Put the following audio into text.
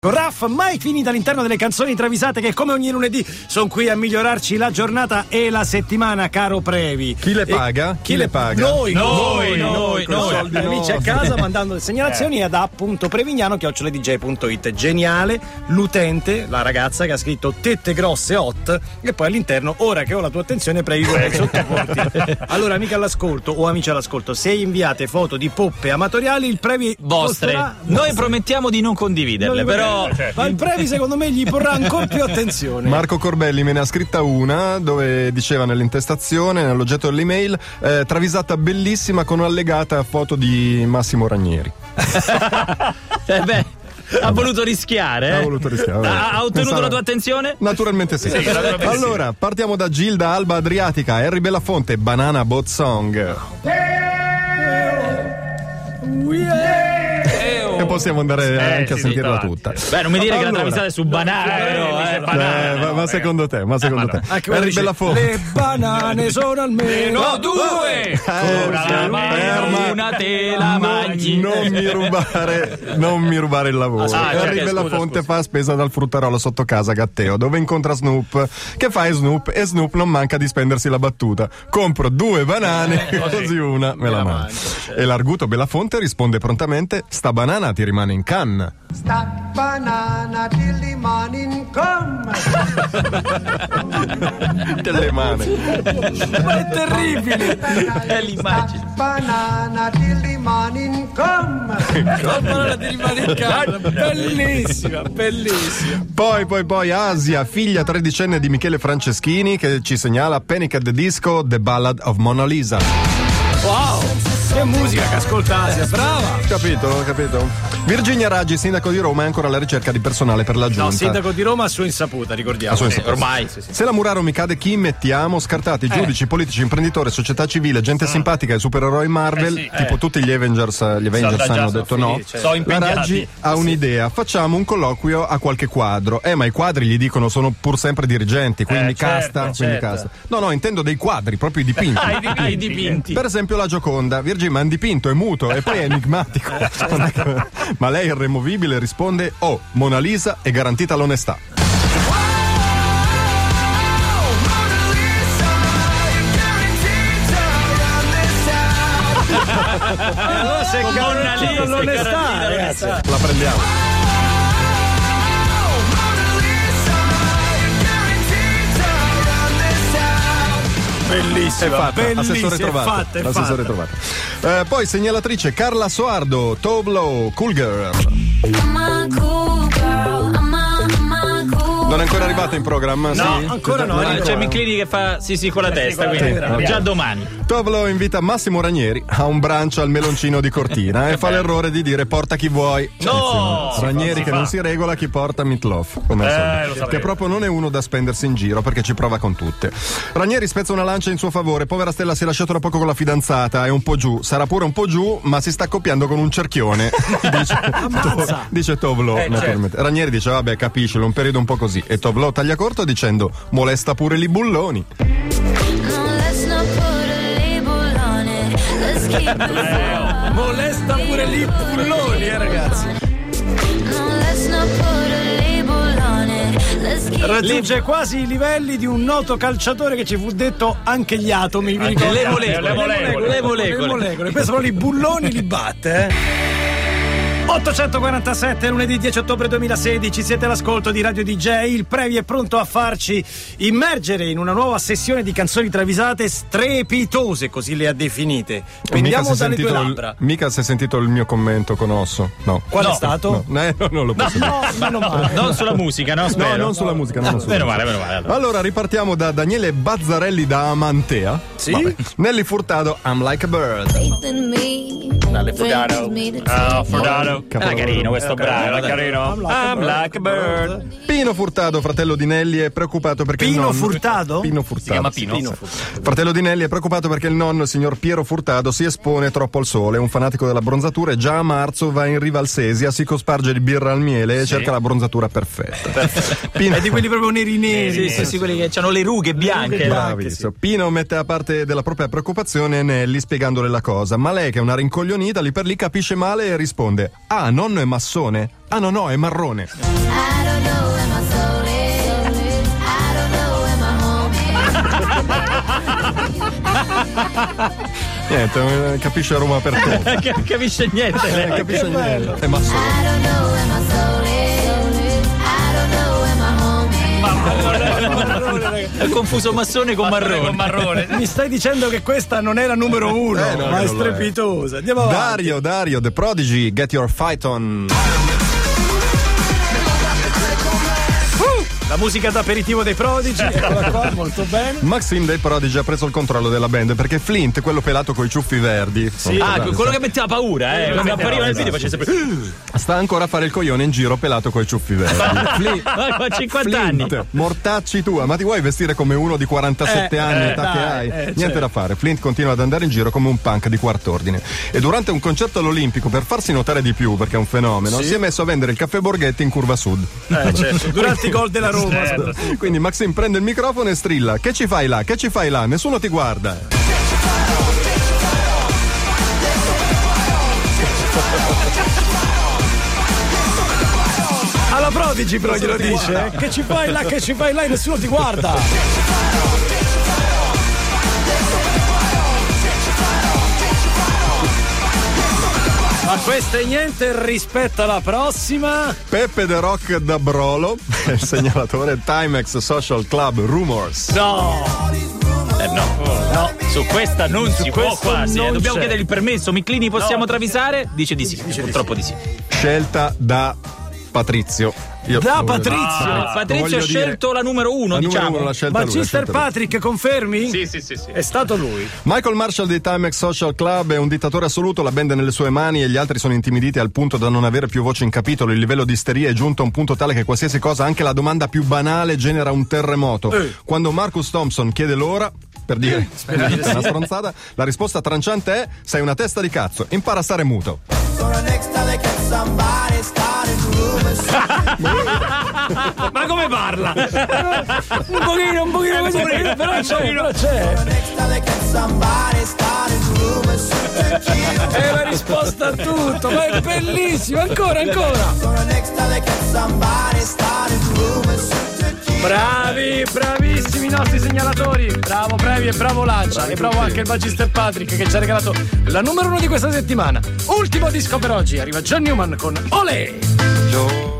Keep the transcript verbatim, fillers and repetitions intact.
Raff, mai finita all'interno delle canzoni travisate che come ogni lunedì sono qui a migliorarci la giornata e la settimana, caro Previ. Chi le paga? E chi, chi le paga? Noi, noi, noi, noi, noi, noi amici a casa mandando le segnalazioni eh. ad app.prevignano chiocciola d j punto it. Geniale l'utente, la ragazza che ha scritto tette grosse hot e poi all'interno, ora che ho la tua attenzione, Previ, vorrei sottoporti. Allora, amiche all'ascolto o amici all'ascolto, se inviate foto di poppe amatoriali, il Previ vostre posterà... noi promettiamo di non condividerle, non però certo. Ma il Previ secondo me gli porrà ancora più attenzione. Marco Corbelli me ne ha scritta una dove diceva nell'intestazione, nell'oggetto dell'email, eh, travisata bellissima con allegata foto di Massimo Ranieri. eh beh Ha voluto rischiare, eh? Ha voluto rischiare. Ha, ha ottenuto Pensava... la tua attenzione? Naturalmente sì. sì allora, partiamo da Gilda Alba Adriatica, Harry Belafonte, Banana Boat Song. E possiamo andare eh, anche sì, a sentirla sì, tutta. Beh, non mi dire allora, che la travisata è su banana, eh, però, eh, banana, eh, ma, ma secondo te, ma secondo eh, te. Harry Belafonte. Le banane sono almeno due. Eh, una te la mangi. Non mi rubare, non mi rubare il lavoro. Ah, Harry okay, Belafonte scusa, fa spesa dal fruttarolo sotto casa Gatteo, dove incontra Snoop. Che fa Snoop? E Snoop non manca di spendersi la battuta. Compro due banane, eh, così una me, me la mangio. Certo. E l'arguto Belafonte risponde prontamente: sta banana ti rimane in canna. Sta banana ti rimane in canna. Delle mani. Ma è terribile. È l'immagine. Sta banana ti rimane in canna. Sta banana ti rimane in canna. Bellissima, bellissima. Poi, poi, poi Asia, figlia tredicenne di Michele Franceschini, che ci segnala Panic at the Disco, The Ballad of Mona Lisa. Wow! Che musica che ascolta Asia, brava! Capito, capito. Virginia Raggi, sindaco di Roma, è ancora alla ricerca di personale per la giunta. No, sindaco di Roma a sua insaputa, ricordiamo. A sua insaputa. Sì, ormai. Sì, sì. Se la Muraro mi cade, chi mettiamo? Scartati, eh. giudici, politici, imprenditori, società civile, gente no. simpatica e supereroi Marvel, eh sì. tipo eh. tutti gli Avengers, gli Avengers hanno detto no. Fili, cioè. La Raggi ha un'idea, facciamo un colloquio a qualche quadro. Eh, ma i quadri gli dicono sono pur sempre dirigenti, quindi eh, casta, certo, quindi certo. casta. No, no, intendo dei quadri, proprio i dipinti. Ah, i dipinti. I dipinti. Per esempio la Gioconda, Virginia, ma è un dipinto, è muto e poi è enigmatico. Ma lei è irremovibile, risponde: oh, Mona Lisa è garantita l'onestà. Allora se Mona Lisa l'onestà, ragazzi, la prendiamo. Bellissima, è fatta, bellissima, assessore trovato, è fatta, è l'assessore fatta. trovato. Eh, poi segnalatrice Carla Soardo, Toblo, Cool Girl. Non è ancora arrivata in programma? No, sì? ancora no. no c'è Miclini che fa sì sì con la eh, testa, quindi sì, già domani. Toblo invita Massimo Ranieri a un brunch al meloncino di Cortina e fa l'errore di dire porta chi vuoi. No! Ranieri che non si regola, chi porta Meatloaf, come eh, al che proprio non è uno da spendersi in giro perché ci prova con tutte. Ranieri spezza una lancia in suo favore. Povera Stella si è lasciato da poco con la fidanzata, è un po' giù, sarà pure un po' giù, ma si sta accoppiando con un cerchione. dice, to, dice Toblo, eh, naturalmente. Certo. Ranieri dice vabbè, capiscilo, un periodo un po' così. E Toblo taglia corto dicendo molesta pure li bulloni. Eh, molesta pure li bulloni, eh, ragazzi. Raggiunge quasi i livelli di un noto calciatore che ci fu detto anche gli atomi. Le molecole, le molecole, le molecole. Le molecole. Questo però li bulloni li batte, eh. ottocentoquarantasette, lunedì dieci ottobre duemilasedici, siete all'ascolto di Radio D J. Il Previ è pronto a farci immergere in una nuova sessione di canzoni travisate strepitose, così le ha definite. Prendiamo dalle tue labbra. Il, mica si è sentito il mio commento con Osso? No. Qual no, è stato? No, eh, no, non lo posso no, dire. No, no, non sulla musica, no? Spero. No, non sulla musica. Non no, sulla meno musica. male, meno male. Allora. allora ripartiamo da Daniele Bazzarelli da Amantea. Sì. Vabbè. Nelly Furtado, I'm Like a Bird. Dalle Furtado. Ah, Furtado. Era carino questo brano, era carino. I'm like a bird. Pino Furtado, fratello di Nelly, è preoccupato perché Pino il nonno... Furtado? Pino Furtado. Si chiama Pino? Pino Furtado. Fratello di Nelly è preoccupato perché il nonno, il signor Piero Furtado, si espone troppo al sole. È un fanatico della bronzatura e già a marzo va in riva al Sesia, si cosparge di birra al miele e sì. cerca la bronzatura perfetta. Perfetto. Pino... È di quelli proprio neri neri. Sì, sì, sì, quelli che hanno le rughe bianche. Bravissimo. Pino mette a parte della propria preoccupazione Nelly spiegandole la cosa, ma lei, che è una rincoglionita, lì per lì capisce male e risponde: Ah, nonno è massone? Ah, no, no, è marrone. I don't know where my soul is. I don't know where my home is. Niente, capisce Roma per te. Capisce niente. Eh, capisce niente. È massone. I don't know where my soul is. I don't know where my home is. È confuso massone con marrone. Con marrone. Mi stai dicendo che questa non è la numero uno, Eh, no, ma che è non lo è. strepitosa. Andiamo avanti. Dario, Dario, The Prodigy, Get Your Fight On. La musica d'aperitivo dei Prodigy, eccola qua, molto bene. Maxim dei Prodigy ha preso il controllo della band perché Flint, quello pelato coi ciuffi verdi, Sì. Ah, quello che metteva paura, eh. Quando appariva nel video faceva sempre. sta ancora a fare il coglione in giro pelato coi ciuffi verdi. Flint, Ma cinquanta anni. Flint, mortacci tua, ma ti vuoi vestire come uno di quarantasette Eh, anni, eh, età dai, che hai? eh, Niente certo. da fare, Flint continua ad andare in giro come un punk di quart'ordine. E durante un concerto all'Olimpico, per farsi notare di più, perché è un fenomeno, Sì. si è messo a vendere il caffè Borghetti in curva sud. Eh, certo. Durante i gol della Roma. Quindi Maxim prende il microfono e strilla: che ci fai là? Che ci fai là? Nessuno ti guarda. Alla Prodigy però glielo dice, eh? Che ci fai là, che ci fai là e nessuno ti guarda. Ma questo è niente rispetto alla prossima. Peppe The Rock da Brolo, è il segnalatore Timex Social Club Rumors. No, Eh, no, no, su questa non si può questo quasi. eh. non Dobbiamo c'è. chiedere il permesso. Miclini, possiamo travisare? Dice di sì. Purtroppo di sì. Scelta da Patrizio. Io- da Patrizio. Ah, Patrizio voglio ha scelto dire- la numero uno, la numero diciamo. uno l'ha scelta lui, l'ha Magister scelta lui. Patrick, confermi? Sì, sì, sì, sì. È stato lui. Michael Marshall dei Timex Social Club è un dittatore assoluto, la band è nelle sue mani e gli altri sono intimiditi al punto da non avere più voce in capitolo. Il livello di isteria è giunto a un punto tale che qualsiasi cosa, anche la domanda più banale, genera un terremoto. Eh. Quando Marcus Thompson chiede l'ora, per dire una stronzata, la risposta tranciante è: sei una testa di cazzo, impara a stare muto. Ma come parla? Un pochino, un pochino così, però c'è, però c'è. È la risposta a tutto, ma è bellissimo, ancora, ancora. Bravi, bravissimi i nostri segnalatori. Bravo Previ e bravo Lancia. E bravo anche il Magister Patrick che ci ha regalato la numero uno di questa settimana. Ultimo disco per oggi, arriva John Newman con Olé.